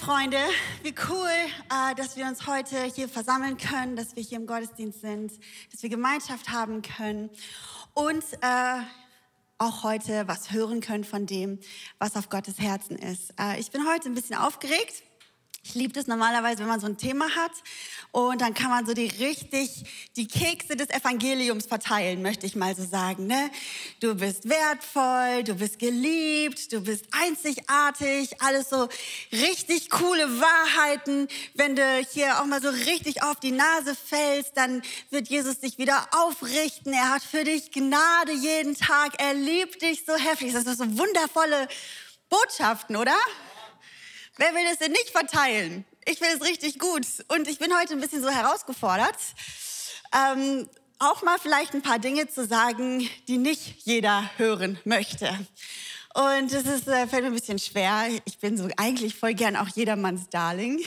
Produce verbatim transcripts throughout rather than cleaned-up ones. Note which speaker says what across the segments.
Speaker 1: Freunde, wie cool, äh, dass wir uns heute hier versammeln können, dass wir hier im Gottesdienst sind, dass wir Gemeinschaft haben können und äh, auch heute was hören können von dem, was auf Gottes Herzen ist. Äh, ich bin heute ein bisschen aufgeregt. Ich liebe das normalerweise, wenn man so ein Thema hat und dann kann man so die richtig die Kekse des Evangeliums verteilen, möchte ich mal so sagen. Ne? Du bist wertvoll, du bist geliebt, du bist einzigartig, alles so richtig coole Wahrheiten. Wenn du hier auch mal so richtig auf die Nase fällst, dann wird Jesus dich wieder aufrichten. Er hat für dich Gnade jeden Tag, er liebt dich so heftig. Das sind so wundervolle Botschaften, oder? Wer will das denn nicht verteilen? Ich will es richtig gut. Und ich bin heute ein bisschen so herausgefordert, ähm, auch mal vielleicht ein paar Dinge zu sagen, die nicht jeder hören möchte. Und es ist, äh, fällt mir ein bisschen schwer. Ich bin so eigentlich voll gern auch jedermanns Darling.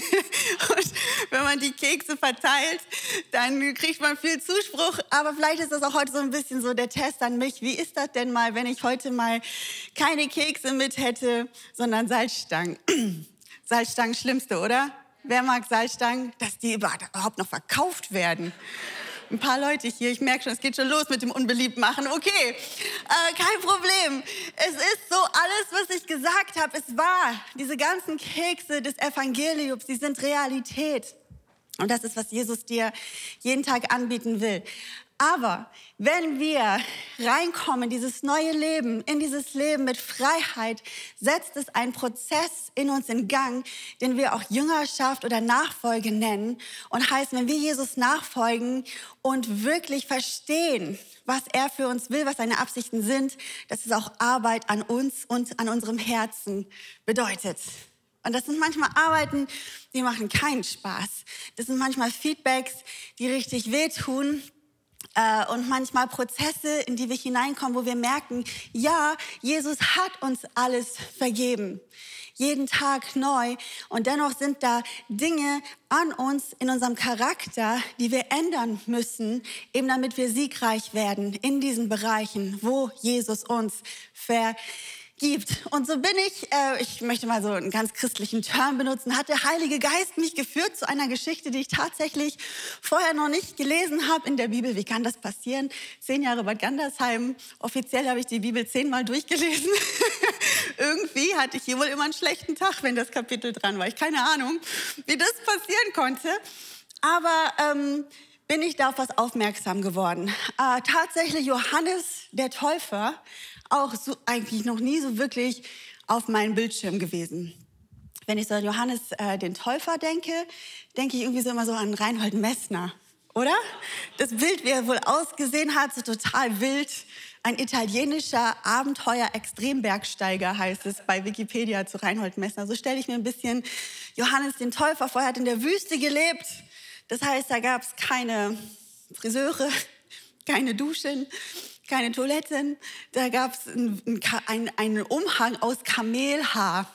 Speaker 1: Und wenn man die Kekse verteilt, dann kriegt man viel Zuspruch. Aber vielleicht ist das auch heute so ein bisschen so der Test an mich. Wie ist das denn mal, wenn ich heute mal keine Kekse mit hätte, sondern Salzstangen? Salzstangen, schlimmste, oder? Wer mag Salzstangen? Dass die überhaupt noch verkauft werden. Ein paar Leute hier, ich merke schon, es geht schon los mit dem Unbeliebtmachen. Okay, äh, kein Problem. Es ist so, alles, was ich gesagt habe, ist wahr. Diese ganzen Kekse des Evangeliums, die sind Realität. Und das ist, was Jesus dir jeden Tag anbieten will. Aber wenn wir reinkommen in dieses neue Leben, in dieses Leben mit Freiheit, setzt es einen Prozess in uns in Gang, den wir auch Jüngerschaft oder Nachfolge nennen. Und heißt, wenn wir Jesus nachfolgen und wirklich verstehen, was er für uns will, was seine Absichten sind, dass es auch Arbeit an uns und an unserem Herzen bedeutet. Und das sind manchmal Arbeiten, die machen keinen Spaß. Das sind manchmal Feedbacks, die richtig wehtun. Äh, und manchmal Prozesse, in die wir hineinkommen, wo wir merken, ja, Jesus hat uns alles vergeben. Jeden Tag neu. Und dennoch sind da Dinge an uns, in unserem Charakter, die wir ändern müssen, eben damit wir siegreich werden in diesen Bereichen, wo Jesus uns vergibt. Und so bin ich, äh, ich möchte mal so einen ganz christlichen Term benutzen, hat der Heilige Geist mich geführt zu einer Geschichte, die ich tatsächlich vorher noch nicht gelesen habe in der Bibel. Wie kann das passieren? Zehn Jahre Bad Gandersheim, offiziell habe ich die Bibel zehnmal durchgelesen. Irgendwie hatte ich hier wohl immer einen schlechten Tag, wenn das Kapitel dran war. Ich keine Ahnung, wie das passieren konnte. Aber ähm, bin ich da auf was aufmerksam geworden. Äh, tatsächlich Johannes der Täufer, auch so eigentlich noch nie so wirklich auf meinem Bildschirm gewesen. Wenn ich so an Johannes äh, den Täufer denke, denke ich irgendwie so immer so an Reinhold Messner, oder? Das Bild, wie er wohl ausgesehen hat, so total wild. Ein italienischer Abenteuer-Extrembergsteiger heißt es bei Wikipedia zu Reinhold Messner. So stelle ich mir ein bisschen Johannes den Täufer vor. Er hat in der Wüste gelebt. Das heißt, da gab es keine Friseure, keine Duschen, keine Toiletten, da gab es einen, einen, einen Umhang aus Kamelhaar.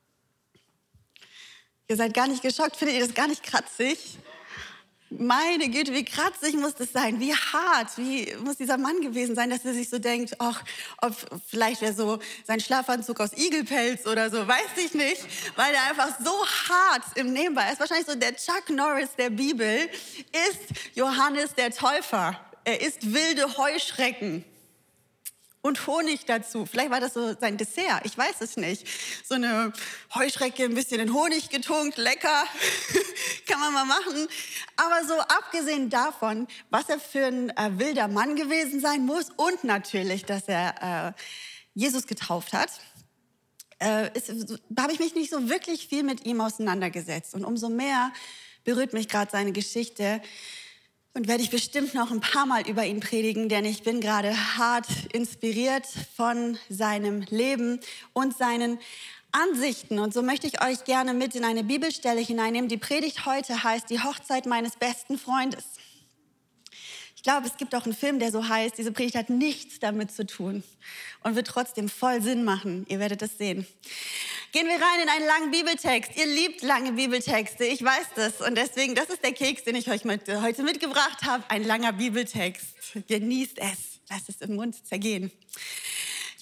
Speaker 1: Ihr seid gar nicht geschockt, findet ihr das gar nicht kratzig? Meine Güte, wie kratzig muss das sein, wie hart, wie muss dieser Mann gewesen sein, dass er sich so denkt, ach, ob, vielleicht wäre so sein Schlafanzug aus Igelpelz oder so, weiß ich nicht, weil er einfach so hart im Nehmen war. Er ist wahrscheinlich so der Chuck Norris der Bibel, ist Johannes der Täufer. Er isst wilde Heuschrecken und Honig dazu. Vielleicht war das so sein Dessert, ich weiß es nicht. So eine Heuschrecke, ein bisschen in Honig getunkt, lecker, kann man mal machen. Aber so abgesehen davon, was er für ein äh, wilder Mann gewesen sein muss und natürlich, dass er äh, Jesus getauft hat, äh, habe ich mich nicht so wirklich viel mit ihm auseinandergesetzt. Und umso mehr berührt mich gerade seine Geschichte. Und werde ich bestimmt noch ein paar Mal über ihn predigen, denn ich bin gerade hart inspiriert von seinem Leben und seinen Ansichten. Und so möchte ich euch gerne mit in eine Bibelstelle hineinnehmen. Die Predigt heute heißt Die Hochzeit meines besten Freundes. Ich glaube, es gibt auch einen Film, der so heißt. Diese Predigt hat nichts damit zu tun und wird trotzdem voll Sinn machen. Ihr werdet es sehen. Gehen wir rein in einen langen Bibeltext. Ihr liebt lange Bibeltexte, ich weiß das. Und deswegen, das ist der Keks, den ich euch mit, heute mitgebracht habe. Ein langer Bibeltext. Genießt es. Lasst es im Mund zergehen.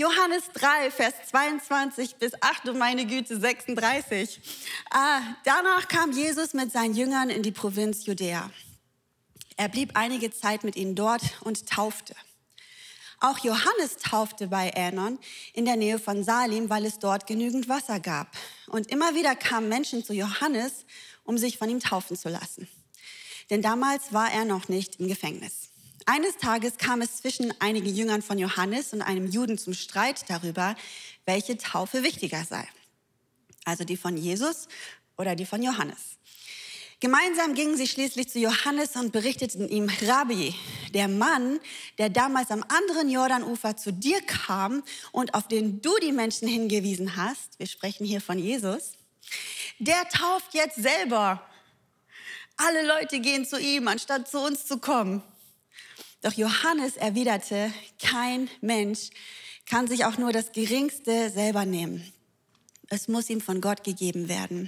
Speaker 1: Johannes drei, Vers zweiundzwanzig bis, ach du meine Güte, sechsunddreißig. Ah, danach kam Jesus mit seinen Jüngern in die Provinz Judäa. Er blieb einige Zeit mit ihnen dort und taufte. Auch Johannes taufte bei Änon in der Nähe von Salim, weil es dort genügend Wasser gab. Und immer wieder kamen Menschen zu Johannes, um sich von ihm taufen zu lassen. Denn damals war er noch nicht im Gefängnis. Eines Tages kam es zwischen einigen Jüngern von Johannes und einem Juden zum Streit darüber, welche Taufe wichtiger sei. Also die von Jesus oder die von Johannes. Gemeinsam gingen sie schließlich zu Johannes und berichteten ihm: Rabbi, der Mann, der damals am anderen Jordanufer zu dir kam und auf den du die Menschen hingewiesen hast, wir sprechen hier von Jesus, der tauft jetzt selber. Alle Leute gehen zu ihm, anstatt zu uns zu kommen. Doch Johannes erwiderte: Kein Mensch kann sich auch nur das Geringste selber nehmen. Es muss ihm von Gott gegeben werden.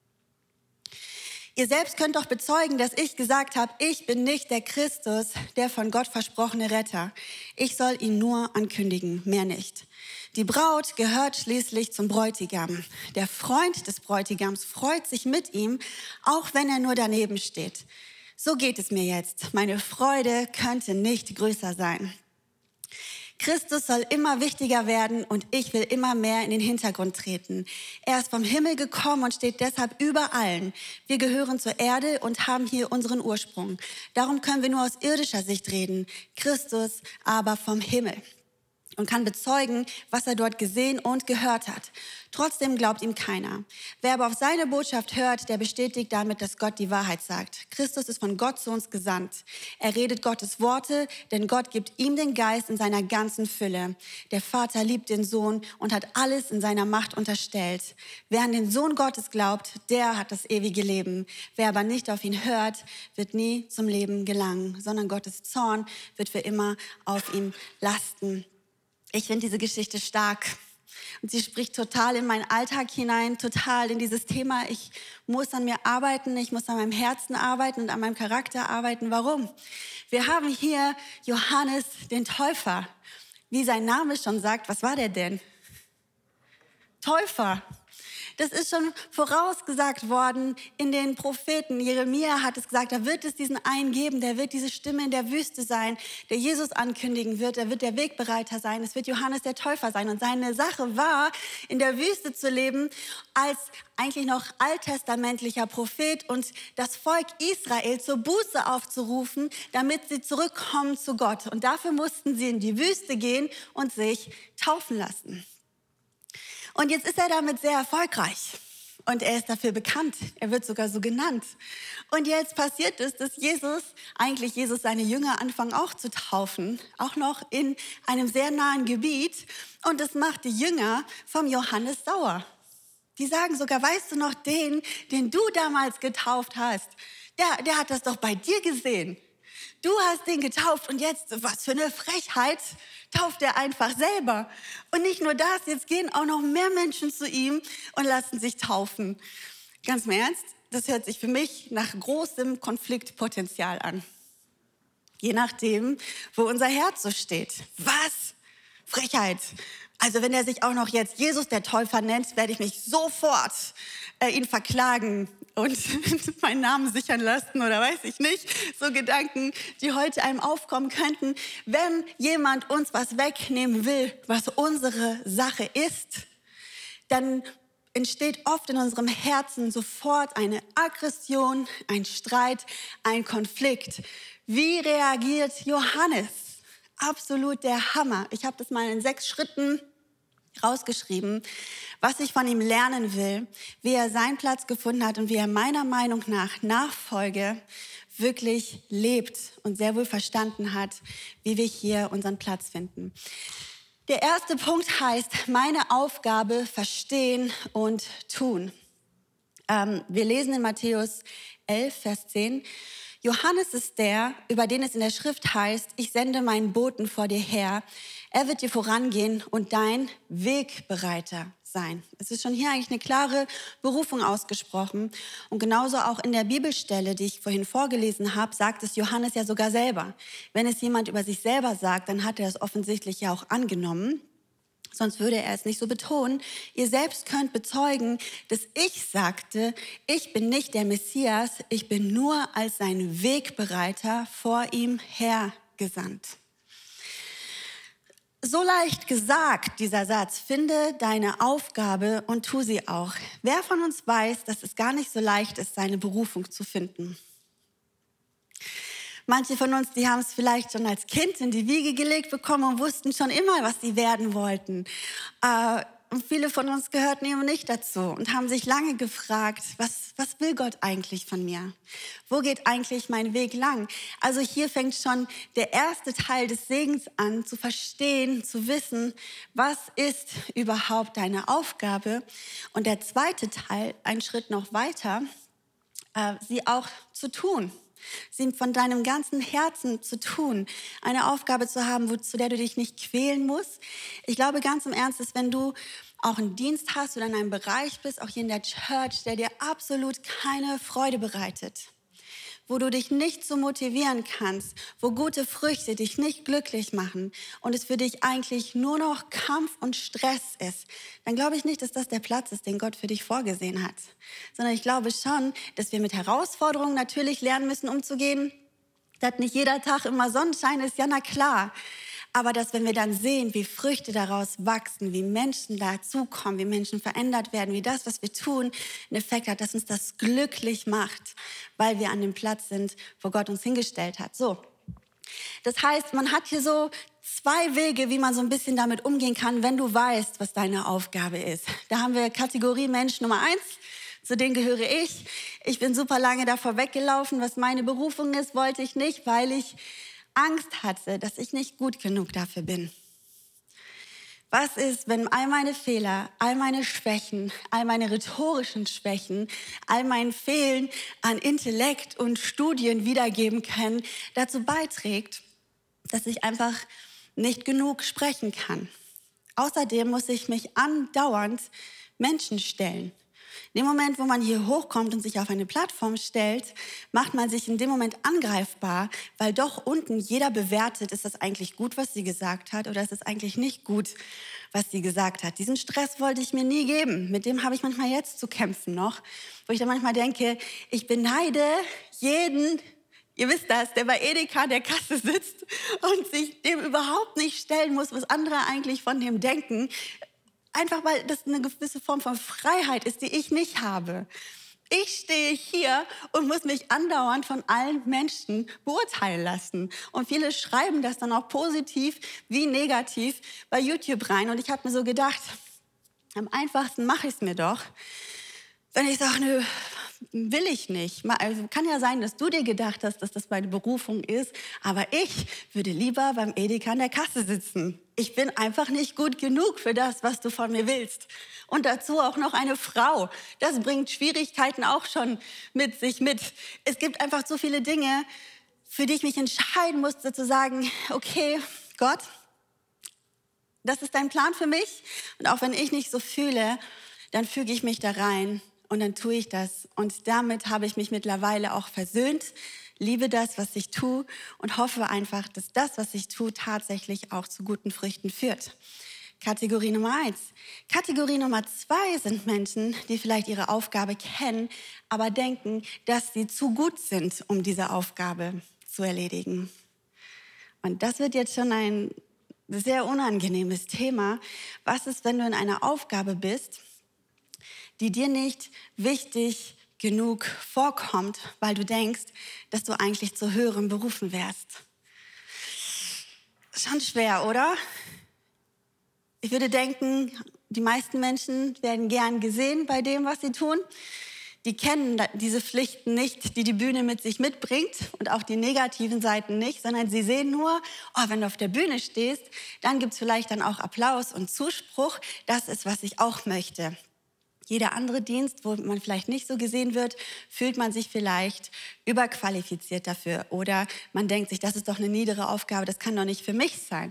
Speaker 1: Ihr selbst könnt doch bezeugen, dass ich gesagt habe, ich bin nicht der Christus, der von Gott versprochene Retter. Ich soll ihn nur ankündigen, mehr nicht. Die Braut gehört schließlich zum Bräutigam. Der Freund des Bräutigams freut sich mit ihm, auch wenn er nur daneben steht. So geht es mir jetzt. Meine Freude könnte nicht größer sein. Christus soll immer wichtiger werden und ich will immer mehr in den Hintergrund treten. Er ist vom Himmel gekommen und steht deshalb über allen. Wir gehören zur Erde und haben hier unseren Ursprung. Darum können wir nur aus irdischer Sicht reden. Christus aber vom Himmel. Und kann bezeugen, was er dort gesehen und gehört hat. Trotzdem glaubt ihm keiner. Wer aber auf seine Botschaft hört, der bestätigt damit, dass Gott die Wahrheit sagt. Christus ist von Gott zu uns gesandt. Er redet Gottes Worte, denn Gott gibt ihm den Geist in seiner ganzen Fülle. Der Vater liebt den Sohn und hat alles in seiner Macht unterstellt. Wer an den Sohn Gottes glaubt, der hat das ewige Leben. Wer aber nicht auf ihn hört, wird nie zum Leben gelangen, sondern Gottes Zorn wird für immer auf ihm lasten. Ich finde diese Geschichte stark und sie spricht total in meinen Alltag hinein, total in dieses Thema. Ich muss an mir arbeiten, ich muss an meinem Herzen arbeiten und an meinem Charakter arbeiten. Warum? Wir haben hier Johannes den Täufer. Wie sein Name schon sagt, was war der denn? Täufer. Das ist schon vorausgesagt worden in den Propheten. Jeremia hat es gesagt, da wird es diesen einen geben, der wird diese Stimme in der Wüste sein, der Jesus ankündigen wird, er wird der Wegbereiter sein, es wird Johannes der Täufer sein. Und seine Sache war, in der Wüste zu leben, als eigentlich noch alttestamentlicher Prophet und das Volk Israel zur Buße aufzurufen, damit sie zurückkommen zu Gott. Und dafür mussten sie in die Wüste gehen und sich taufen lassen. Und jetzt ist er damit sehr erfolgreich und er ist dafür bekannt. Er wird sogar so genannt. Und jetzt passiert es, dass Jesus, eigentlich Jesus seine Jünger anfangen auch zu taufen, auch noch in einem sehr nahen Gebiet. Und das macht die Jünger vom Johannes sauer. Die sagen sogar, weißt du noch den, den du damals getauft hast? Der, der hat das doch bei dir gesehen. Du hast den getauft und jetzt, was für eine Frechheit, tauft er einfach selber. Und nicht nur das, jetzt gehen auch noch mehr Menschen zu ihm und lassen sich taufen. Ganz im Ernst, das hört sich für mich nach großem Konfliktpotenzial an. Je nachdem, wo unser Herz so steht. Was? Frechheit. Also wenn er sich auch noch jetzt Jesus der Täufer nennt, werde ich mich sofort äh, ihn verklagen und meinen Namen sichern lassen oder weiß ich nicht. So Gedanken, die heute einem aufkommen könnten. Wenn jemand uns was wegnehmen will, was unsere Sache ist, dann entsteht oft in unserem Herzen sofort eine Aggression, ein Streit, ein Konflikt. Wie reagiert Johannes? Absolut der Hammer. Ich habe das mal in sechs Schritten rausgeschrieben, was ich von ihm lernen will, wie er seinen Platz gefunden hat und wie er meiner Meinung nach Nachfolge wirklich lebt und sehr wohl verstanden hat, wie wir hier unseren Platz finden. Der erste Punkt heißt, meine Aufgabe verstehen und tun. Ähm, wir lesen in Matthäus elf, Vers zehn, Johannes ist der, über den es in der Schrift heißt, ich sende meinen Boten vor dir her. Er wird dir vorangehen und dein Wegbereiter sein. Es ist schon hier eigentlich eine klare Berufung ausgesprochen. Und genauso auch in der Bibelstelle, die ich vorhin vorgelesen habe, sagt es Johannes ja sogar selber. Wenn es jemand über sich selber sagt, dann hat er es offensichtlich ja auch angenommen. Sonst würde er es nicht so betonen. Ihr selbst könnt bezeugen, dass ich sagte, ich bin nicht der Messias, ich bin nur als sein Wegbereiter vor ihm hergesandt. So leicht gesagt, dieser Satz, finde deine Aufgabe und tu sie auch. Wer von uns weiß, dass es gar nicht so leicht ist, seine Berufung zu finden? Manche von uns, die haben es vielleicht schon als Kind in die Wiege gelegt bekommen und wussten schon immer, was sie werden wollten. Äh, und viele von uns gehörten eben nicht dazu und haben sich lange gefragt, was, was will Gott eigentlich von mir? Wo geht eigentlich mein Weg lang? Also hier fängt schon der erste Teil des Segens an, zu verstehen, zu wissen, was ist überhaupt deine Aufgabe? Und der zweite Teil, ein Schritt noch weiter, äh, sie auch zu tun. Sie von deinem ganzen Herzen zu tun, eine Aufgabe zu haben, wo, zu der du dich nicht quälen musst. Ich glaube ganz im Ernst, dass wenn du auch einen Dienst hast oder in einem Bereich bist, auch hier in der Church, der dir absolut keine Freude bereitet, wo du dich nicht so motivieren kannst, wo gute Früchte dich nicht glücklich machen und es für dich eigentlich nur noch Kampf und Stress ist, dann glaube ich nicht, dass das der Platz ist, den Gott für dich vorgesehen hat. Sondern ich glaube schon, dass wir mit Herausforderungen natürlich lernen müssen, umzugehen. Dass nicht jeder Tag immer Sonnenschein ist, ja na klar. Aber dass, wenn wir dann sehen, wie Früchte daraus wachsen, wie Menschen dazukommen, wie Menschen verändert werden, wie das, was wir tun, einen Effekt hat, dass uns das glücklich macht, weil wir an dem Platz sind, wo Gott uns hingestellt hat. So. Das heißt, man hat hier so zwei Wege, wie man so ein bisschen damit umgehen kann, wenn du weißt, was deine Aufgabe ist. Da haben wir Kategorie Mensch Nummer eins. Zu denen gehöre ich. Ich bin super lange davor weggelaufen. Was meine Berufung ist, wollte ich nicht, weil ich Angst hatte, dass ich nicht gut genug dafür bin. Was ist, wenn all meine Fehler, all meine Schwächen, all meine rhetorischen Schwächen, all mein Fehlen an Intellekt und Studien wiedergeben können, dazu beiträgt, dass ich einfach nicht genug sprechen kann. Außerdem muss ich mich andauernd Menschen stellen. In dem Moment, wo man hier hochkommt und sich auf eine Plattform stellt, macht man sich in dem Moment angreifbar, weil doch unten jeder bewertet, ist das eigentlich gut, was sie gesagt hat, oder ist es eigentlich nicht gut, was sie gesagt hat. Diesen Stress wollte ich mir nie geben. Mit dem habe ich manchmal jetzt zu kämpfen noch, wo ich dann manchmal denke, ich beneide jeden, ihr wisst das, der bei Edeka an der Kasse sitzt und sich dem überhaupt nicht stellen muss, was andere eigentlich von dem denken. Einfach weil das eine gewisse Form von Freiheit ist, die ich nicht habe. Ich stehe hier und muss mich andauernd von allen Menschen beurteilen lassen. Und viele schreiben das dann auch positiv wie negativ bei YouTube rein. Und ich habe mir so gedacht, am einfachsten mache ich es mir doch, wenn ich sage, nö, will ich nicht. Also kann ja sein, dass du dir gedacht hast, dass das meine Berufung ist, aber ich würde lieber beim Edeka an der Kasse sitzen. Ich bin einfach nicht gut genug für das, was du von mir willst. Und dazu auch noch eine Frau. Das bringt Schwierigkeiten auch schon mit sich mit. Es gibt einfach so viele Dinge, für die ich mich entscheiden musste, zu sagen, okay, Gott, das ist dein Plan für mich. Und auch wenn ich nicht so fühle, dann füge ich mich da rein. Und dann tue ich das. Und damit habe ich mich mittlerweile auch versöhnt, liebe das, was ich tue und hoffe einfach, dass das, was ich tue, tatsächlich auch zu guten Früchten führt. Kategorie Nummer eins. Kategorie Nummer zwei sind Menschen, die vielleicht ihre Aufgabe kennen, aber denken, dass sie zu gut sind, um diese Aufgabe zu erledigen. Und das wird jetzt schon ein sehr unangenehmes Thema. Was ist, wenn du in einer Aufgabe bist, die dir nicht wichtig genug vorkommt, weil du denkst, dass du eigentlich zu höheren Berufen wärst? Schon schwer, oder? Ich würde denken, die meisten Menschen werden gern gesehen bei dem, was sie tun. Die kennen diese Pflichten nicht, die die Bühne mit sich mitbringt und auch die negativen Seiten nicht, sondern sie sehen nur, oh, wenn du auf der Bühne stehst, dann gibt es vielleicht dann auch Applaus und Zuspruch. Das ist, was ich auch möchte. Jeder andere Dienst, wo man vielleicht nicht so gesehen wird, fühlt man sich vielleicht überqualifiziert dafür. Oder man denkt sich, das ist doch eine niedere Aufgabe, das kann doch nicht für mich sein.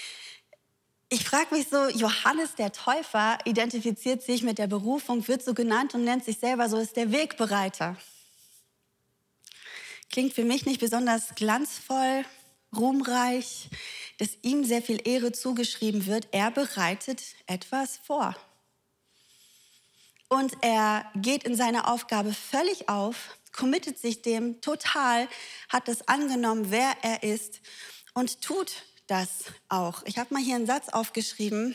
Speaker 1: Ich frage mich so, Johannes der Täufer identifiziert sich mit der Berufung, wird so genannt und nennt sich selber so, ist der Wegbereiter. Klingt für mich nicht besonders glanzvoll, ruhmreich. dass ihm sehr viel Ehre zugeschrieben wird. Er bereitet etwas vor. Und er geht in seine Aufgabe völlig auf, committet sich dem total, hat es angenommen, wer er ist und tut das auch. Ich habe mal hier einen Satz aufgeschrieben,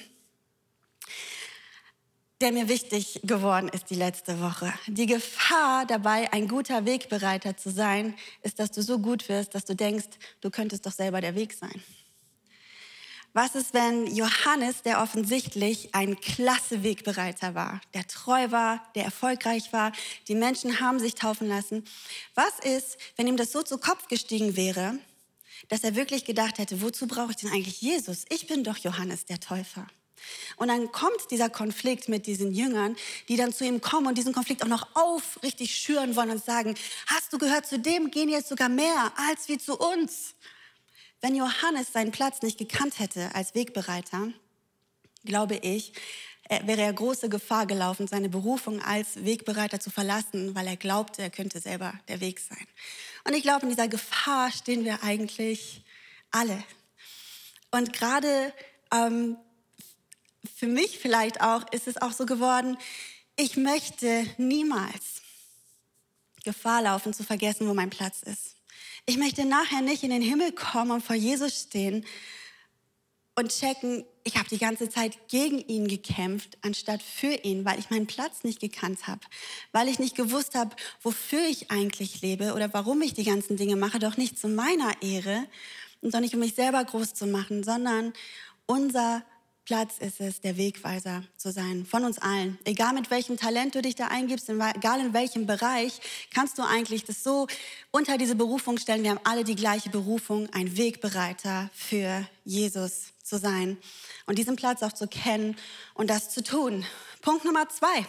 Speaker 1: der mir wichtig geworden ist die letzte Woche. Die Gefahr dabei, ein guter Wegbereiter zu sein, ist, dass du so gut wirst, dass du denkst, du könntest doch selber der Weg sein. Was ist, wenn Johannes, der offensichtlich ein klasse Wegbereiter war, der treu war, der erfolgreich war, die Menschen haben sich taufen lassen. Was ist, wenn ihm das so zu Kopf gestiegen wäre, dass er wirklich gedacht hätte, wozu brauche ich denn eigentlich Jesus? Ich bin doch Johannes, der Täufer. Und dann kommt dieser Konflikt mit diesen Jüngern, die dann zu ihm kommen und diesen Konflikt auch noch aufrichtig schüren wollen und sagen, hast du gehört, zu dem gehen jetzt sogar mehr als wie zu uns. Wenn Johannes seinen Platz nicht gekannt hätte als Wegbereiter, glaube ich, wäre er große Gefahr gelaufen, seine Berufung als Wegbereiter zu verlassen, weil er glaubte, er könnte selber der Weg sein. Und ich glaube, in dieser Gefahr stehen wir eigentlich alle. Und gerade ähm, für mich vielleicht auch ist es auch so geworden, ich möchte niemals Gefahr laufen, zu vergessen, wo mein Platz ist. Ich möchte nachher nicht in den Himmel kommen und vor Jesus stehen und checken, ich habe die ganze Zeit gegen ihn gekämpft, anstatt für ihn, weil ich meinen Platz nicht gekannt habe, weil ich nicht gewusst habe, wofür ich eigentlich lebe oder warum ich die ganzen Dinge mache, doch nicht zu meiner Ehre und doch nicht, um mich selber groß zu machen, sondern unser Platz ist es, der Wegweiser zu sein, von uns allen. Egal mit welchem Talent du dich da eingibst, egal in welchem Bereich, kannst du eigentlich das so unter diese Berufung stellen. Wir haben alle die gleiche Berufung, ein Wegbereiter für Jesus zu sein und diesen Platz auch zu kennen und das zu tun. Punkt Nummer zwei.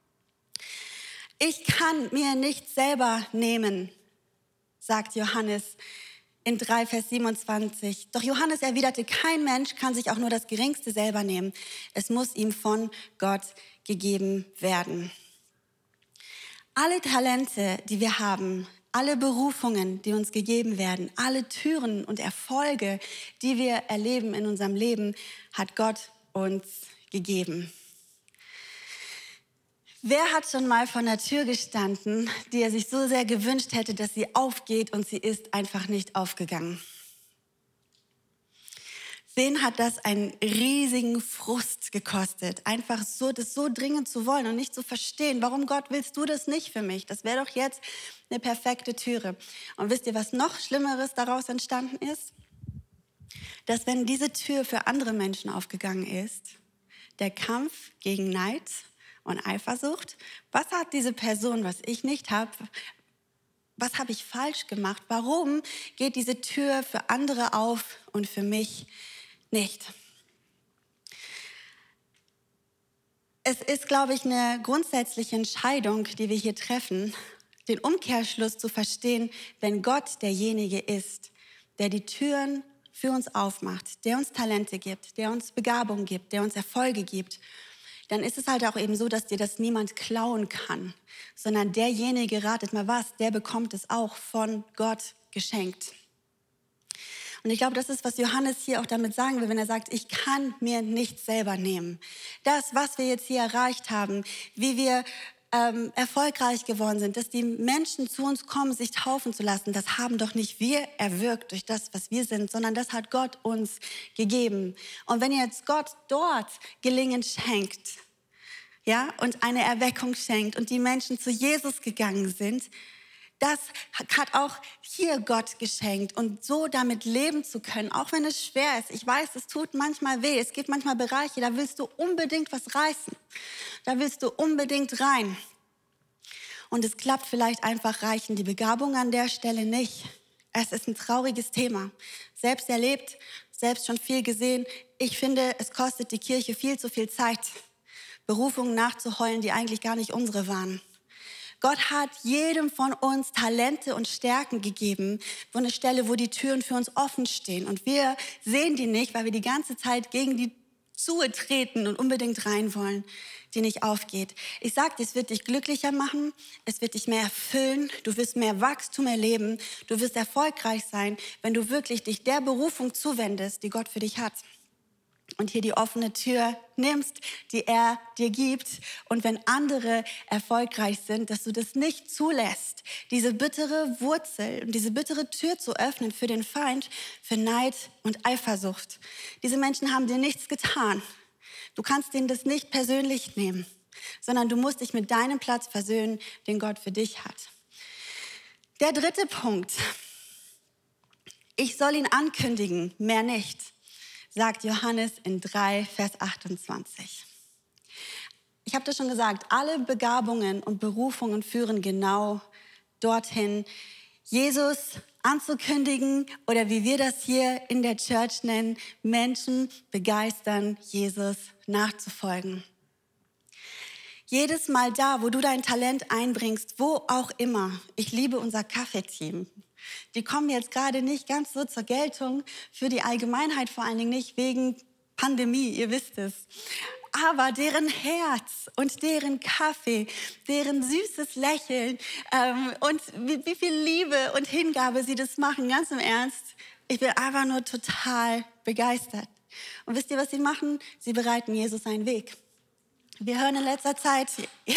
Speaker 1: Ich kann mir nicht selber nehmen, sagt Johannes in drei, Vers siebenundzwanzig. Doch Johannes erwiderte, kein Mensch kann sich auch nur das Geringste selber nehmen. Es muss ihm von Gott gegeben werden. Alle Talente, die wir haben, alle Berufungen, die uns gegeben werden, alle Türen und Erfolge, die wir erleben in unserem Leben, hat Gott uns gegeben. Wer hat schon mal vor einer Tür gestanden, die er sich so sehr gewünscht hätte, dass sie aufgeht und sie ist einfach nicht aufgegangen? Wen hat das einen riesigen Frust gekostet, einfach so, das so dringend zu wollen und nicht zu verstehen, warum Gott willst du das nicht für mich? Das wäre doch jetzt eine perfekte Türe. Und wisst ihr, was noch Schlimmeres daraus entstanden ist? Dass wenn diese Tür für andere Menschen aufgegangen ist, der Kampf gegen Neid und Eifersucht, was hat diese Person, was ich nicht habe, was habe ich falsch gemacht? Warum geht diese Tür für andere auf und für mich nicht? Es ist, glaube ich, eine grundsätzliche Entscheidung, die wir hier treffen, den Umkehrschluss zu verstehen, wenn Gott derjenige ist, der die Türen für uns aufmacht, der uns Talente gibt, der uns Begabung gibt, der uns Erfolge gibt, dann ist es halt auch eben so, dass dir das niemand klauen kann, sondern derjenige, ratet mal was, der bekommt es auch von Gott geschenkt. Und ich glaube, das ist, was Johannes hier auch damit sagen will, wenn er sagt, ich kann mir nichts selber nehmen. Das, was wir jetzt hier erreicht haben, wie wir ähm, erfolgreich geworden sind, dass die Menschen zu uns kommen, sich taufen zu lassen, das haben doch nicht wir erwirkt durch das, was wir sind, sondern das hat Gott uns gegeben. Und wenn jetzt Gott dort Gelingen schenkt, ja, und eine Erweckung schenkt und die Menschen zu Jesus gegangen sind, das hat auch hier Gott geschenkt und so damit leben zu können, auch wenn es schwer ist. Ich weiß, es tut manchmal weh. Es gibt manchmal Bereiche, da willst du unbedingt was reißen. Da willst du unbedingt rein. Und es klappt vielleicht einfach, reichen die Begabungen an der Stelle nicht. Es ist ein trauriges Thema. Selbst erlebt, selbst schon viel gesehen. Ich finde, es kostet die Kirche viel zu viel Zeit, Berufungen nachzuheulen, die eigentlich gar nicht unsere waren. Gott hat jedem von uns Talente und Stärken gegeben, wo eine Stelle, wo die Türen für uns offen stehen. Und wir sehen die nicht, weil wir die ganze Zeit gegen die Zuhe treten und unbedingt rein wollen. die nicht aufgeht. Ich sage dir, es wird dich glücklicher machen, es wird dich mehr erfüllen, du wirst mehr Wachstum erleben, du wirst erfolgreich sein, wenn du wirklich dich der Berufung zuwendest, die Gott für dich hat. Und hier die offene Tür nimmst, die er dir gibt. Und wenn andere erfolgreich sind, dass du das nicht zulässt, diese bittere Wurzel und diese bittere Tür zu öffnen für den Feind, für Neid und Eifersucht. Diese Menschen haben dir nichts getan. Du kannst denen das nicht persönlich nehmen, sondern du musst dich mit deinem Platz versöhnen, den Gott für dich hat. Der dritte Punkt. Ich soll ihn ankündigen, mehr nicht, sagt Johannes in drei, Vers achtundzwanzig. Ich habe das schon gesagt, alle Begabungen und Berufungen führen genau dorthin, Jesus anzukündigen oder wie wir das hier in der Church nennen, Menschen begeistern, Jesus nachzufolgen. Jedes Mal da, wo du dein Talent einbringst, wo auch immer. Ich liebe unser Kaffeeteam. Die kommen jetzt gerade nicht ganz so zur Geltung, für die Allgemeinheit vor allen Dingen nicht, wegen Pandemie, ihr wisst es. Aber deren Herz und deren Kaffee, deren süßes Lächeln ähm, und wie, wie viel Liebe und Hingabe sie das machen, ganz im Ernst. Ich bin einfach nur total begeistert. Und wisst ihr, was sie machen? Sie bereiten Jesus einen Weg. Wir hören in letzter Zeit, ja,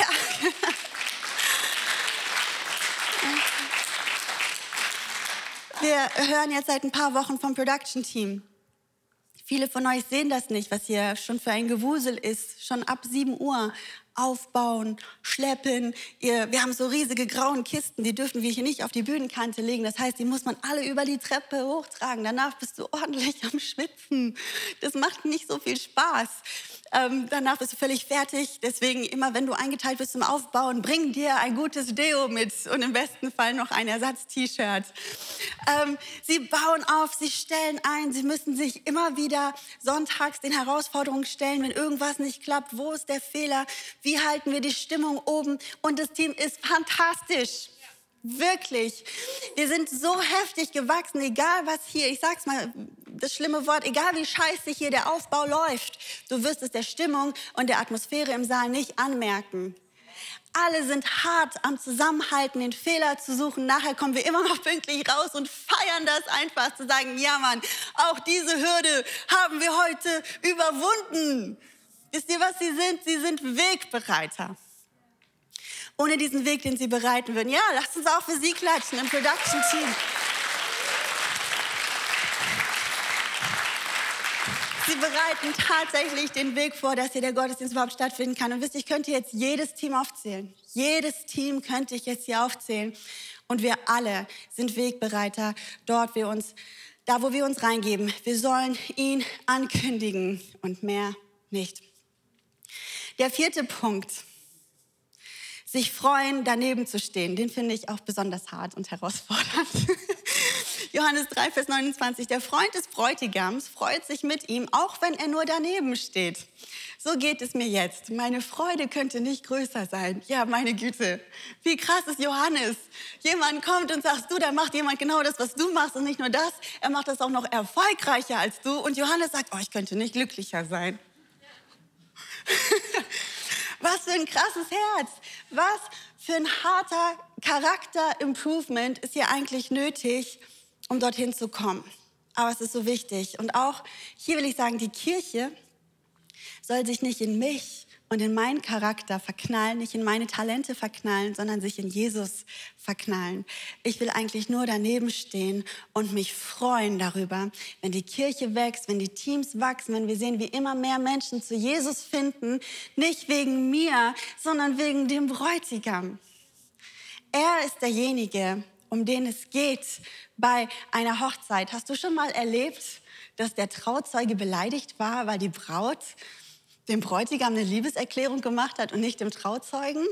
Speaker 1: wir hören jetzt seit ein paar Wochen vom Production-Team. Viele von euch sehen das nicht, was hier schon für ein Gewusel ist. Schon ab sieben Uhr aufbauen, schleppen. Ihr, wir haben so riesige graue Kisten, die dürfen wir hier nicht auf die Bühnenkante legen. Das heißt, die muss man alle über die Treppe hochtragen. Danach bist du ordentlich am Schwitzen. Das macht nicht so viel Spaß. Ähm, danach bist du völlig fertig. Deswegen immer, wenn du eingeteilt bist zum Aufbauen, bring dir ein gutes Deo mit und im besten Fall noch ein Ersatz-T-Shirt. Ähm, sie bauen auf, sie stellen ein. Sie müssen sich immer wieder sonntags den Herausforderungen stellen, wenn irgendwas nicht klappt. Wo ist der Fehler? Wie halten wir die Stimmung oben? Und das Team ist fantastisch. Wirklich. Wir sind so heftig gewachsen, egal was hier, ich sag's mal, das schlimme Wort, egal wie scheiße hier der Aufbau läuft, du wirst es der Stimmung und der Atmosphäre im Saal nicht anmerken. Alle sind hart am Zusammenhalten, den Fehler zu suchen. Nachher kommen wir immer noch pünktlich raus und feiern das einfach, zu sagen, ja Mann, auch diese Hürde haben wir heute überwunden. Wisst ihr, was sie sind? Sie sind Wegbereiter. Ohne diesen Weg, den sie bereiten würden. Ja, lasst uns auch für sie klatschen im Production-Team. Sie bereiten tatsächlich den Weg vor, dass hier der Gottesdienst überhaupt stattfinden kann. Und wisst ihr, ich könnte jetzt jedes Team aufzählen. Jedes Team könnte ich jetzt hier aufzählen. Und wir alle sind Wegbereiter, dort wir uns, da wo wir uns reingeben. Wir sollen ihn ankündigen und mehr nicht. Der vierte Punkt. Sich freuen, daneben zu stehen, den finde ich auch besonders hart und herausfordernd. Johannes drei, Vers neunundzwanzig. Der Freund des Bräutigams freut sich mit ihm, auch wenn er nur daneben steht. So geht es mir jetzt. Meine Freude könnte nicht größer sein. Ja, meine Güte. Wie krass ist Johannes? Jemand kommt und sagt, du, da macht jemand genau das, was du machst. Und nicht nur das, er macht das auch noch erfolgreicher als du. Und Johannes sagt, oh, ich könnte nicht glücklicher sein. Was für ein krasses Herz. Was für ein harter Charakter-Improvement ist hier eigentlich nötig, um dorthin zu kommen. Aber es ist so wichtig. Und auch hier will ich sagen, die Kirche soll sich nicht in mich und in meinen Charakter verknallen, nicht in meine Talente verknallen, sondern sich in Jesus verknallen. Ich will eigentlich nur daneben stehen und mich freuen darüber, wenn die Kirche wächst, wenn die Teams wachsen, wenn wir sehen, wie immer mehr Menschen zu Jesus finden, nicht wegen mir, sondern wegen dem Bräutigam. Er ist derjenige, um den es geht bei einer Hochzeit. Hast du schon mal erlebt, dass der Trauzeuge beleidigt war, weil die Braut dem Bräutigam eine Liebeserklärung gemacht hat und nicht dem Trauzeugen?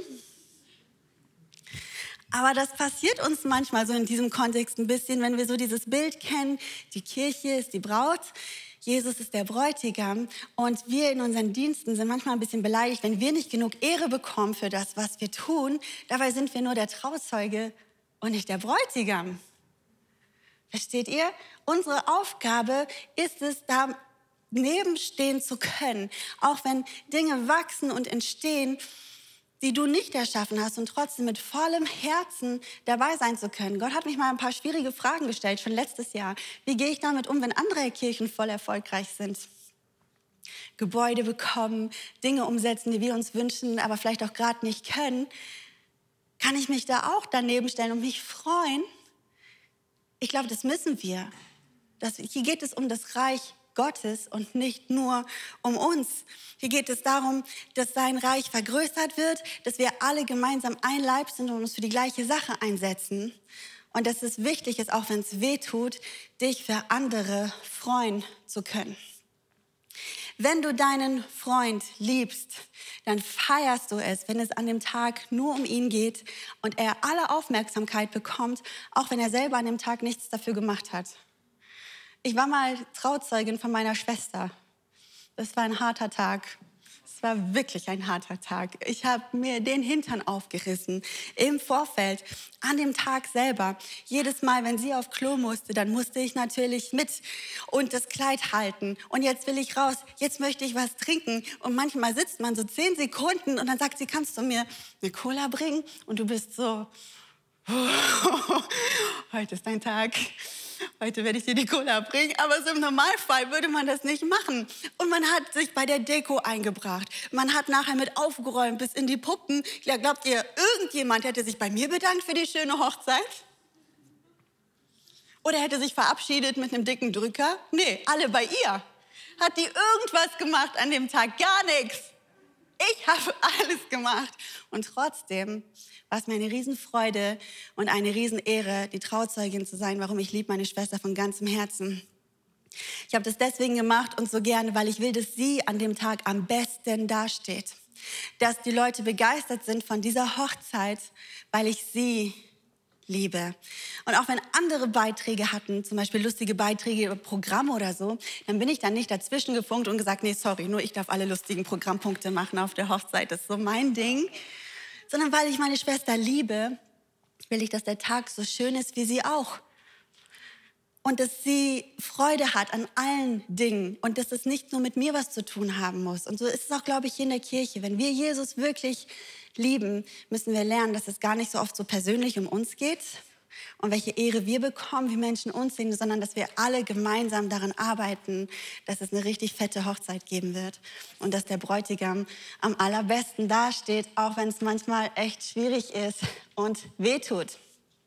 Speaker 1: Aber das passiert uns manchmal so in diesem Kontext ein bisschen, wenn wir so dieses Bild kennen, die Kirche ist die Braut, Jesus ist der Bräutigam und wir in unseren Diensten sind manchmal ein bisschen beleidigt, wenn wir nicht genug Ehre bekommen für das, was wir tun. Dabei sind wir nur der Trauzeuge und nicht der Bräutigam. Versteht ihr? Unsere Aufgabe ist es, da nebenstehen zu können, auch wenn Dinge wachsen und entstehen, die du nicht erschaffen hast und trotzdem mit vollem Herzen dabei sein zu können. Gott hat mich mal ein paar schwierige Fragen gestellt, schon letztes Jahr. Wie gehe ich damit um, wenn andere Kirchen voll erfolgreich sind? Gebäude bekommen, Dinge umsetzen, die wir uns wünschen, aber vielleicht auch gerade nicht können. Kann ich mich da auch daneben stellen und mich freuen? Ich glaube, das müssen wir. Das, hier geht es um das Reich Gottes und nicht nur um uns. Hier geht es darum, dass sein Reich vergrößert wird, dass wir alle gemeinsam ein Leib sind und uns für die gleiche Sache einsetzen. Und dass es wichtig ist, auch wenn es weh tut, dich für andere freuen zu können. Wenn du deinen Freund liebst, dann feierst du es, wenn es an dem Tag nur um ihn geht und er alle Aufmerksamkeit bekommt, auch wenn er selber an dem Tag nichts dafür gemacht hat. Ich war mal Trauzeugin von meiner Schwester. Das war ein harter Tag. Es war wirklich ein harter Tag. Ich habe mir den Hintern aufgerissen im Vorfeld, an dem Tag selber. Jedes Mal, wenn sie auf Klo musste, dann musste ich natürlich mit und das Kleid halten. Und jetzt will ich raus, jetzt möchte ich was trinken. Und manchmal sitzt man so zehn Sekunden und dann sagt sie, kannst du mir eine Cola bringen? Und du bist so, heute ist dein Tag. Heute werde ich dir die Cola bringen, aber so im Normalfall würde man das nicht machen. Und man hat sich bei der Deko eingebracht. Man hat nachher mit aufgeräumt bis in die Puppen. Ja, glaubt ihr, irgendjemand hätte sich bei mir bedankt für die schöne Hochzeit? Oder hätte sich verabschiedet mit einem dicken Drücker? Nee, alle bei ihr. Hat die irgendwas gemacht an dem Tag? Gar nichts. Ich habe alles gemacht. Und trotzdem war es mir eine Riesenfreude und eine Riesenehre, die Trauzeugin zu sein. Warum? Ich liebe meine Schwester von ganzem Herzen. Ich habe das deswegen gemacht und so gerne, weil ich will, dass sie an dem Tag am besten dasteht. Dass die Leute begeistert sind von dieser Hochzeit, weil ich sie liebe. Und auch wenn andere Beiträge hatten, zum Beispiel lustige Beiträge über Programme oder so, dann bin ich dann nicht dazwischen gefunkt und gesagt, nee, sorry, nur ich darf alle lustigen Programmpunkte machen auf der Hochzeit, das ist so mein Ding. Sondern weil ich meine Schwester liebe, will ich, dass der Tag so schön ist wie sie auch. Und dass sie Freude hat an allen Dingen und dass es nicht nur mit mir was zu tun haben muss. Und so ist es auch, glaube ich, hier in der Kirche. Wenn wir Jesus wirklich lieben, müssen wir lernen, dass es gar nicht so oft so persönlich um uns geht und welche Ehre wir bekommen, wie Menschen uns sehen, sondern dass wir alle gemeinsam daran arbeiten, dass es eine richtig fette Hochzeit geben wird und dass der Bräutigam am allerbesten dasteht, auch wenn es manchmal echt schwierig ist und wehtut.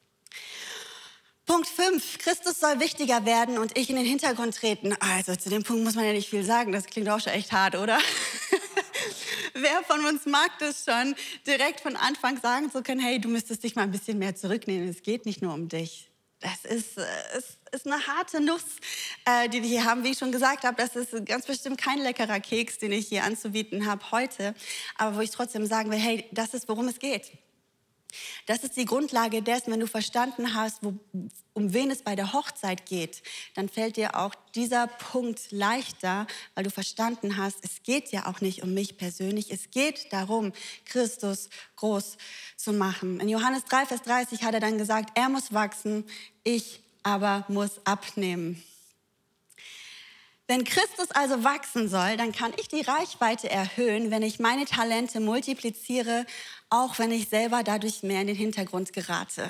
Speaker 1: Punkt fünf, Christus soll wichtiger werden und ich in den Hintergrund treten. Also zu dem Punkt muss man ja nicht viel sagen, das klingt auch schon echt hart, oder? Wer von uns mag das schon, direkt von Anfang sagen zu können, hey, du müsstest dich mal ein bisschen mehr zurücknehmen, es geht nicht nur um dich. Das ist, ist, ist eine harte Nuss, äh, die wir hier haben. Wie ich schon gesagt habe, das ist ganz bestimmt kein leckerer Keks, den ich hier anzubieten habe heute, aber wo ich trotzdem sagen will, hey, das ist, worum es geht. Das ist die Grundlage dessen, wenn du verstanden hast, wo, um wen es bei der Hochzeit geht, dann fällt dir auch dieser Punkt leichter, weil du verstanden hast, es geht ja auch nicht um mich persönlich, es geht darum, Christus groß zu machen. In Johannes drei, Vers dreißig hat er dann gesagt, er muss wachsen, ich aber muss abnehmen. Wenn Christus also wachsen soll, dann kann ich die Reichweite erhöhen, wenn ich meine Talente multipliziere, auch wenn ich selber dadurch mehr in den Hintergrund gerate.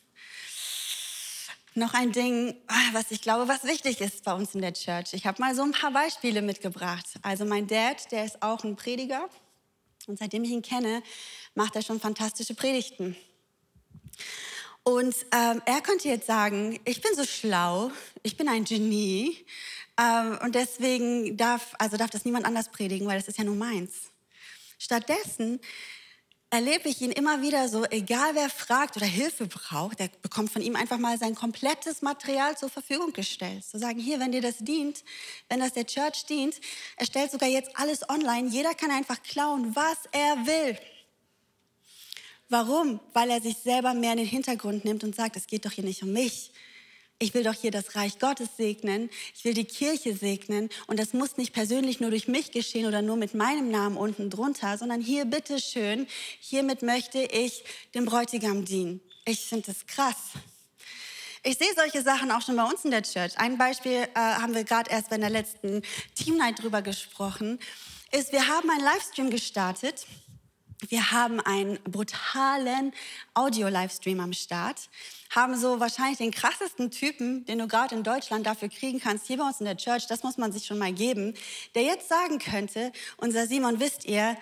Speaker 1: Noch ein Ding, was ich glaube, was wichtig ist bei uns in der Church. Ich habe mal so ein paar Beispiele mitgebracht. Also mein Dad, der ist auch ein Prediger und seitdem ich ihn kenne, macht er schon fantastische Predigten. Und ähm, er könnte jetzt sagen, ich bin so schlau, ich bin ein Genie, Ähm, und deswegen darf, also darf das niemand anders predigen, weil das ist ja nur meins. Stattdessen erlebe ich ihn immer wieder so, egal wer fragt oder Hilfe braucht, der bekommt von ihm einfach mal sein komplettes Material zur Verfügung gestellt. Zu sagen, hier, wenn dir das dient, wenn das der Church dient, er stellt sogar jetzt alles online. Jeder kann einfach klauen, was er will. Warum? Weil er sich selber mehr in den Hintergrund nimmt und sagt, es geht doch hier nicht um mich. Ich will doch hier das Reich Gottes segnen, ich will die Kirche segnen und das muss nicht persönlich nur durch mich geschehen oder nur mit meinem Namen unten drunter, sondern hier bitteschön, hiermit möchte ich dem Bräutigam dienen. Ich finde das krass. Ich sehe solche Sachen auch schon bei uns in der Church. Ein Beispiel äh, haben wir gerade erst bei der letzten Team Night drüber gesprochen, ist, wir haben einen Livestream gestartet. Wir haben einen brutalen Audio-Livestream am Start, haben so wahrscheinlich den krassesten Typen, den du gerade in Deutschland dafür kriegen kannst, hier bei uns in der Church, das muss man sich schon mal geben, der jetzt sagen könnte, unser Simon, wisst ihr,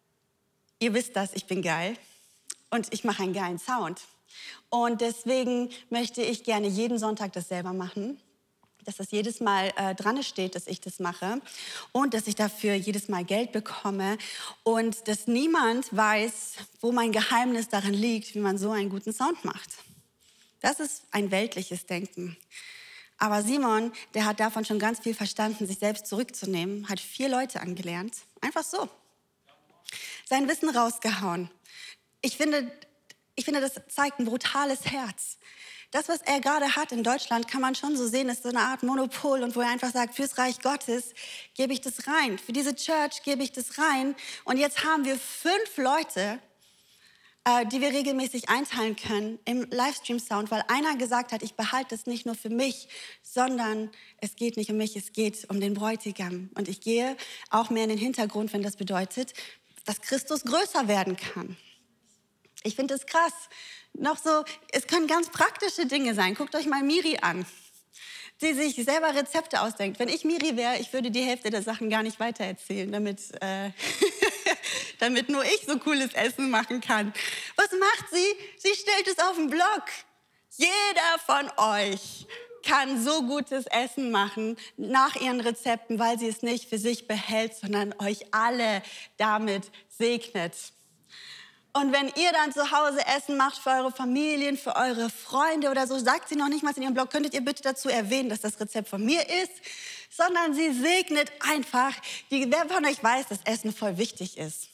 Speaker 1: ihr wisst das, ich bin geil und ich mache einen geilen Sound. Und deswegen möchte ich gerne jeden Sonntag das selber machen, dass das jedes Mal äh, dran steht, dass ich das mache und dass ich dafür jedes Mal Geld bekomme und dass niemand weiß, wo mein Geheimnis darin liegt, wie man so einen guten Sound macht. Das ist ein weltliches Denken. Aber Simon, der hat davon schon ganz viel verstanden, sich selbst zurückzunehmen, hat vier Leute angelernt, einfach so. Sein Wissen rausgehauen. Ich finde, ich finde, das zeigt ein brutales Herz. Das, was er gerade hat in Deutschland, kann man schon so sehen, ist so eine Art Monopol und wo er einfach sagt, fürs Reich Gottes gebe ich das rein, für diese Church gebe ich das rein. Und jetzt haben wir fünf Leute, äh, die wir regelmäßig einteilen können im Livestream-Sound, weil einer gesagt hat, ich behalte das nicht nur für mich, sondern es geht nicht um mich, es geht um den Bräutigam. Und ich gehe auch mehr in den Hintergrund, wenn das bedeutet, dass Christus größer werden kann. Ich finde das krass. Noch so, es können ganz praktische Dinge sein. Guckt euch mal Miri an, die sich selber Rezepte ausdenkt. Wenn ich Miri wäre, ich würde die Hälfte der Sachen gar nicht weitererzählen, damit, äh, damit nur ich so cooles Essen machen kann. Was macht sie? Sie stellt es auf den Blog. Jeder von euch kann so gutes Essen machen nach ihren Rezepten, weil sie es nicht für sich behält, sondern euch alle damit segnet. Und wenn ihr dann zu Hause Essen macht für eure Familien, für eure Freunde oder so, sagt sie noch nicht mal in ihrem Blog, könntet ihr bitte dazu erwähnen, dass das Rezept von mir ist, sondern sie segnet einfach, die, wer von euch weiß, dass Essen voll wichtig ist.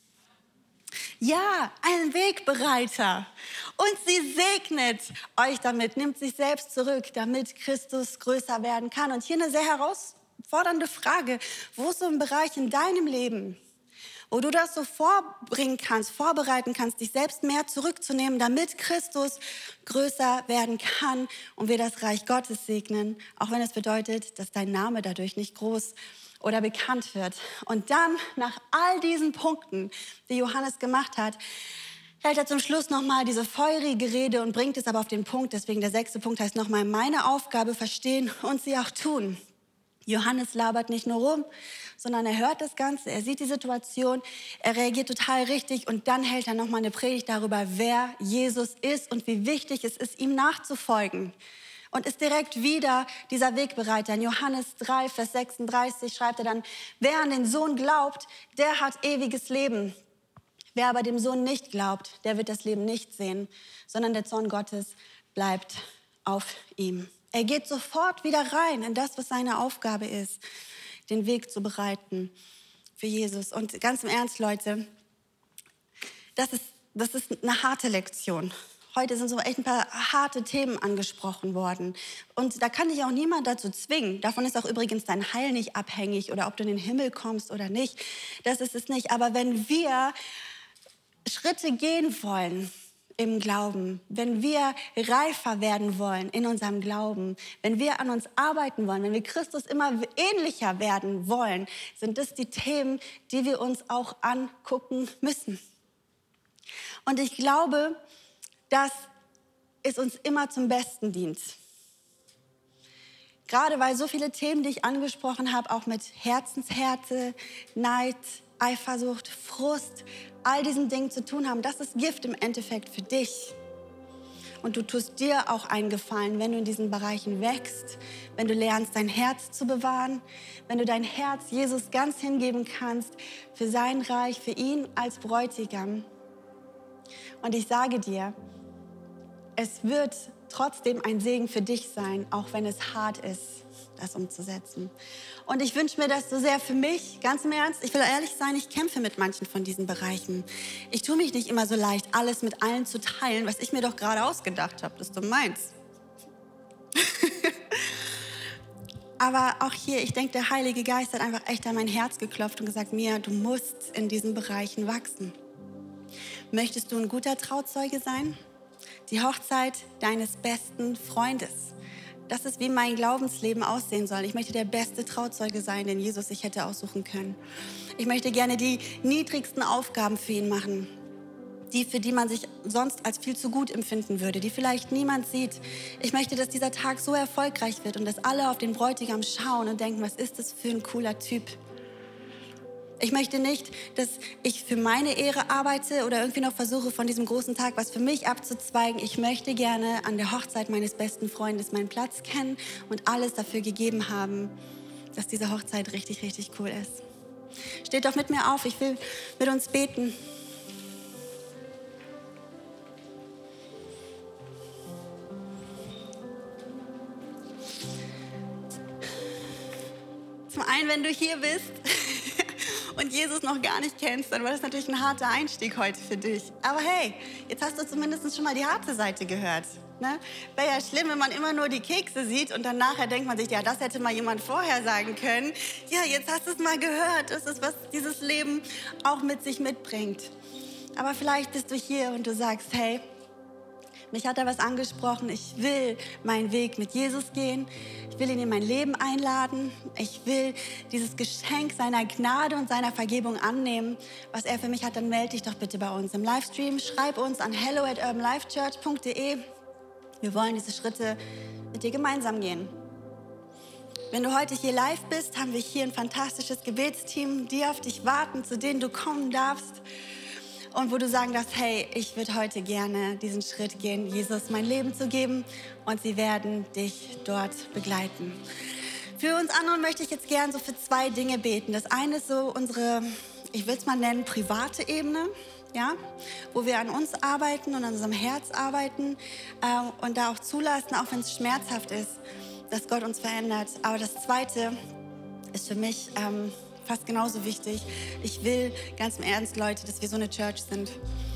Speaker 1: Ja, ein Wegbereiter. Und sie segnet euch damit, nimmt sich selbst zurück, damit Christus größer werden kann. Und hier eine sehr herausfordernde Frage, wo ist so ein Bereich in deinem Leben, wo du das so vorbringen kannst, vorbereiten kannst, dich selbst mehr zurückzunehmen, damit Christus größer werden kann und wir das Reich Gottes segnen, auch wenn es bedeutet, dass dein Name dadurch nicht groß oder bekannt wird. Und dann, nach all diesen Punkten, die Johannes gemacht hat, hält er zum Schluss nochmal diese feurige Rede und bringt es aber auf den Punkt, deswegen der sechste Punkt heißt nochmal, meine Aufgabe verstehen und sie auch tun. Johannes labert nicht nur rum, sondern er hört das Ganze, er sieht die Situation, er reagiert total richtig und dann hält er nochmal eine Predigt darüber, wer Jesus ist und wie wichtig es ist, ihm nachzufolgen. Und ist direkt wieder dieser Wegbereiter. In Johannes drei, Vers sechsunddreißig schreibt er dann, wer an den Sohn glaubt, der hat ewiges Leben. Wer aber dem Sohn nicht glaubt, der wird das Leben nicht sehen, sondern der Zorn Gottes bleibt auf ihm. Er geht sofort wieder rein in das, was seine Aufgabe ist, den Weg zu bereiten für Jesus. Und ganz im Ernst, Leute, das ist, das ist eine harte Lektion. Heute sind so echt ein paar harte Themen angesprochen worden. Und da kann dich auch niemand dazu zwingen. Davon ist auch übrigens dein Heil nicht abhängig oder ob du in den Himmel kommst oder nicht. Das ist es nicht. Aber wenn wir Schritte gehen wollen im Glauben, wenn wir reifer werden wollen in unserem Glauben, wenn wir an uns arbeiten wollen, wenn wir Christus immer ähnlicher werden wollen, sind das die Themen, die wir uns auch angucken müssen. Und ich glaube, dass es uns immer zum Besten dient. Gerade weil so viele Themen, die ich angesprochen habe, auch mit Herzenshärte, Neid, Eifersucht, Frust, all diesen Dingen zu tun haben, das ist Gift im Endeffekt für dich. Und du tust dir auch einen Gefallen, wenn du in diesen Bereichen wächst, wenn du lernst, dein Herz zu bewahren, wenn du dein Herz Jesus ganz hingeben kannst für sein Reich, für ihn als Bräutigam. Und ich sage dir, es wird trotzdem ein Segen für dich sein, auch wenn es hart ist, das umzusetzen. Und ich wünsche mir das so sehr für mich, ganz im Ernst. Ich will ehrlich sein, ich kämpfe mit manchen von diesen Bereichen. Ich tue mich nicht immer so leicht, alles mit allen zu teilen, was ich mir doch gerade ausgedacht habe, das du meinst. Aber auch hier, ich denke, der Heilige Geist hat einfach echt an mein Herz geklopft und gesagt, Mia, du musst in diesen Bereichen wachsen. Möchtest du ein guter Trauzeuge sein? Die Hochzeit deines besten Freundes. Das ist, wie mein Glaubensleben aussehen soll. Ich möchte der beste Trauzeuge sein, den Jesus sich hätte aussuchen können. Ich möchte gerne die niedrigsten Aufgaben für ihn machen. Die, für die man sich sonst als viel zu gut empfinden würde, die vielleicht niemand sieht. Ich möchte, dass dieser Tag so erfolgreich wird und dass alle auf den Bräutigam schauen und denken, was ist das für ein cooler Typ. Ich möchte nicht, dass ich für meine Ehre arbeite oder irgendwie noch versuche, von diesem großen Tag was für mich abzuzweigen. Ich möchte gerne an der Hochzeit meines besten Freundes meinen Platz kennen und alles dafür gegeben haben, dass diese Hochzeit richtig, richtig cool ist. Steht doch mit mir auf, ich will mit uns beten. Zum einen, wenn du hier bist und Jesus noch gar nicht kennst, dann war das natürlich ein harter Einstieg heute für dich. Aber hey, jetzt hast du zumindest schon mal die harte Seite gehört. Ne? Wäre ja schlimm, wenn man immer nur die Kekse sieht und dann nachher denkt man sich, ja, das hätte mal jemand vorher sagen können. Ja, jetzt hast du es mal gehört. Das ist, was dieses Leben auch mit sich mitbringt. Aber vielleicht bist du hier und du sagst, hey, mich hat er was angesprochen. Ich will meinen Weg mit Jesus gehen. Ich will ihn in mein Leben einladen. Ich will dieses Geschenk seiner Gnade und seiner Vergebung annehmen, was er für mich hat. Dann melde dich doch bitte bei uns im Livestream. Schreib uns an hello at urban life church punkt de. Wir wollen diese Schritte mit dir gemeinsam gehen. Wenn du heute hier live bist, haben wir hier ein fantastisches Gebetsteam, die auf dich warten, zu denen du kommen darfst. Und wo du sagen darfst, hey, ich würde heute gerne diesen Schritt gehen, Jesus mein Leben zu geben. Und sie werden dich dort begleiten. Für uns anderen möchte ich jetzt gerne so für zwei Dinge beten. Das eine ist so unsere, ich will es mal nennen, private Ebene. Ja, wo wir an uns arbeiten und an unserem Herz arbeiten äh, und da auch zulassen, auch wenn es schmerzhaft ist, dass Gott uns verändert. Aber das Zweite ist für mich ähm, fast genauso wichtig. Ich will ganz im Ernst, Leute, dass wir so eine Church sind.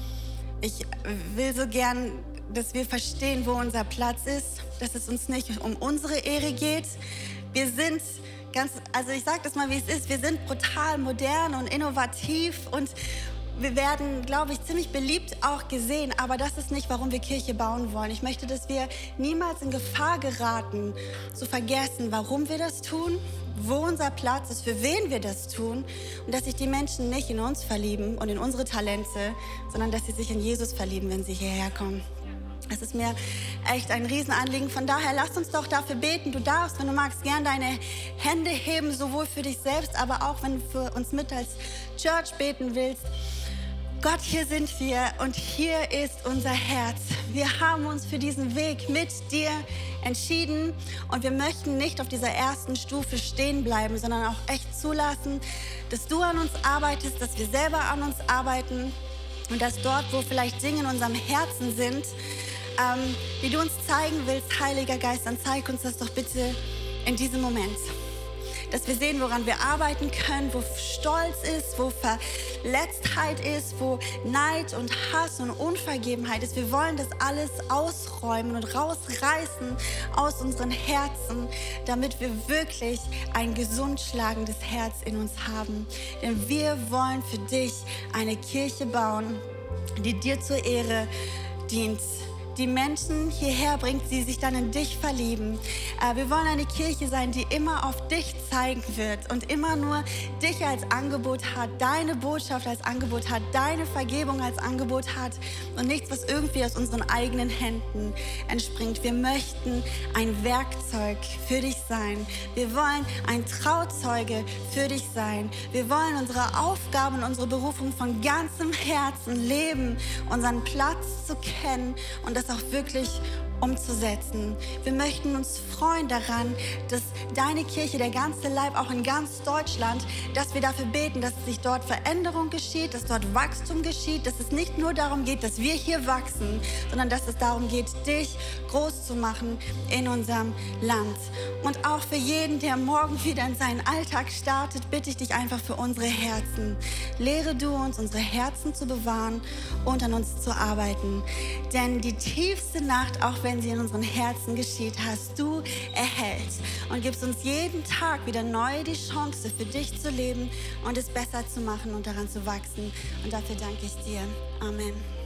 Speaker 1: Ich will so gern, dass wir verstehen, wo unser Platz ist, dass es uns nicht um unsere Ehre geht. Wir sind ganz, also ich sage das mal, wie es ist, wir sind brutal modern und innovativ und wir werden, glaube ich, ziemlich beliebt auch gesehen, aber das ist nicht, warum wir Kirche bauen wollen. Ich möchte, dass wir niemals in Gefahr geraten, zu vergessen, warum wir das tun, wo unser Platz ist, für wen wir das tun und dass sich die Menschen nicht in uns verlieben und in unsere Talente, sondern dass sie sich in Jesus verlieben, wenn sie hierher kommen. Das ist mir echt ein Riesenanliegen. Von daher, lasst uns doch dafür beten. Du darfst, wenn du magst, gern deine Hände heben, sowohl für dich selbst, aber auch, wenn du für uns mit als Church beten willst. Gott, hier sind wir und hier ist unser Herz. Wir haben uns für diesen Weg mit dir entschieden und wir möchten nicht auf dieser ersten Stufe stehen bleiben, sondern auch echt zulassen, dass du an uns arbeitest, dass wir selber an uns arbeiten und dass dort, wo vielleicht Dinge in unserem Herzen sind, ähm, die du uns zeigen willst, Heiliger Geist, dann zeig uns das doch bitte in diesem Moment. Dass wir sehen, woran wir arbeiten können, wo Stolz ist, wo Verletztheit ist, wo Neid und Hass und Unvergebenheit ist. Wir wollen das alles ausräumen und rausreißen aus unseren Herzen, damit wir wirklich ein gesund schlagendes Herz in uns haben. Denn wir wollen für dich eine Kirche bauen, die dir zur Ehre dient, die Menschen hierher bringt, die sich dann in dich verlieben. Äh, wir wollen eine Kirche sein, die immer auf dich zeigen wird und immer nur dich als Angebot hat, deine Botschaft als Angebot hat, deine Vergebung als Angebot hat und nichts, was irgendwie aus unseren eigenen Händen entspringt. Wir möchten ein Werkzeug für dich sein. Wir wollen ein Trauzeuge für dich sein. Wir wollen unsere Aufgabe und unsere Berufung von ganzem Herzen leben, unseren Platz zu kennen und das auch wirklich umzusetzen. Wir möchten uns freuen daran, dass deine Kirche, der ganze Leib, auch in ganz Deutschland, dass wir dafür beten, dass sich dort Veränderung geschieht, dass dort Wachstum geschieht, dass es nicht nur darum geht, dass wir hier wachsen, sondern dass es darum geht, dich groß zu machen in unserem Land. Und auch für jeden, der morgen wieder in seinen Alltag startet, bitte ich dich einfach für unsere Herzen. Lehre du uns, unsere Herzen zu bewahren und an uns zu arbeiten. Denn die tiefste Nacht, auch wenn sie in unseren Herzen geschieht, hast du erhellt und gibst uns jeden Tag wieder neu die Chance, für dich zu leben und es besser zu machen und daran zu wachsen. Und dafür danke ich dir. Amen.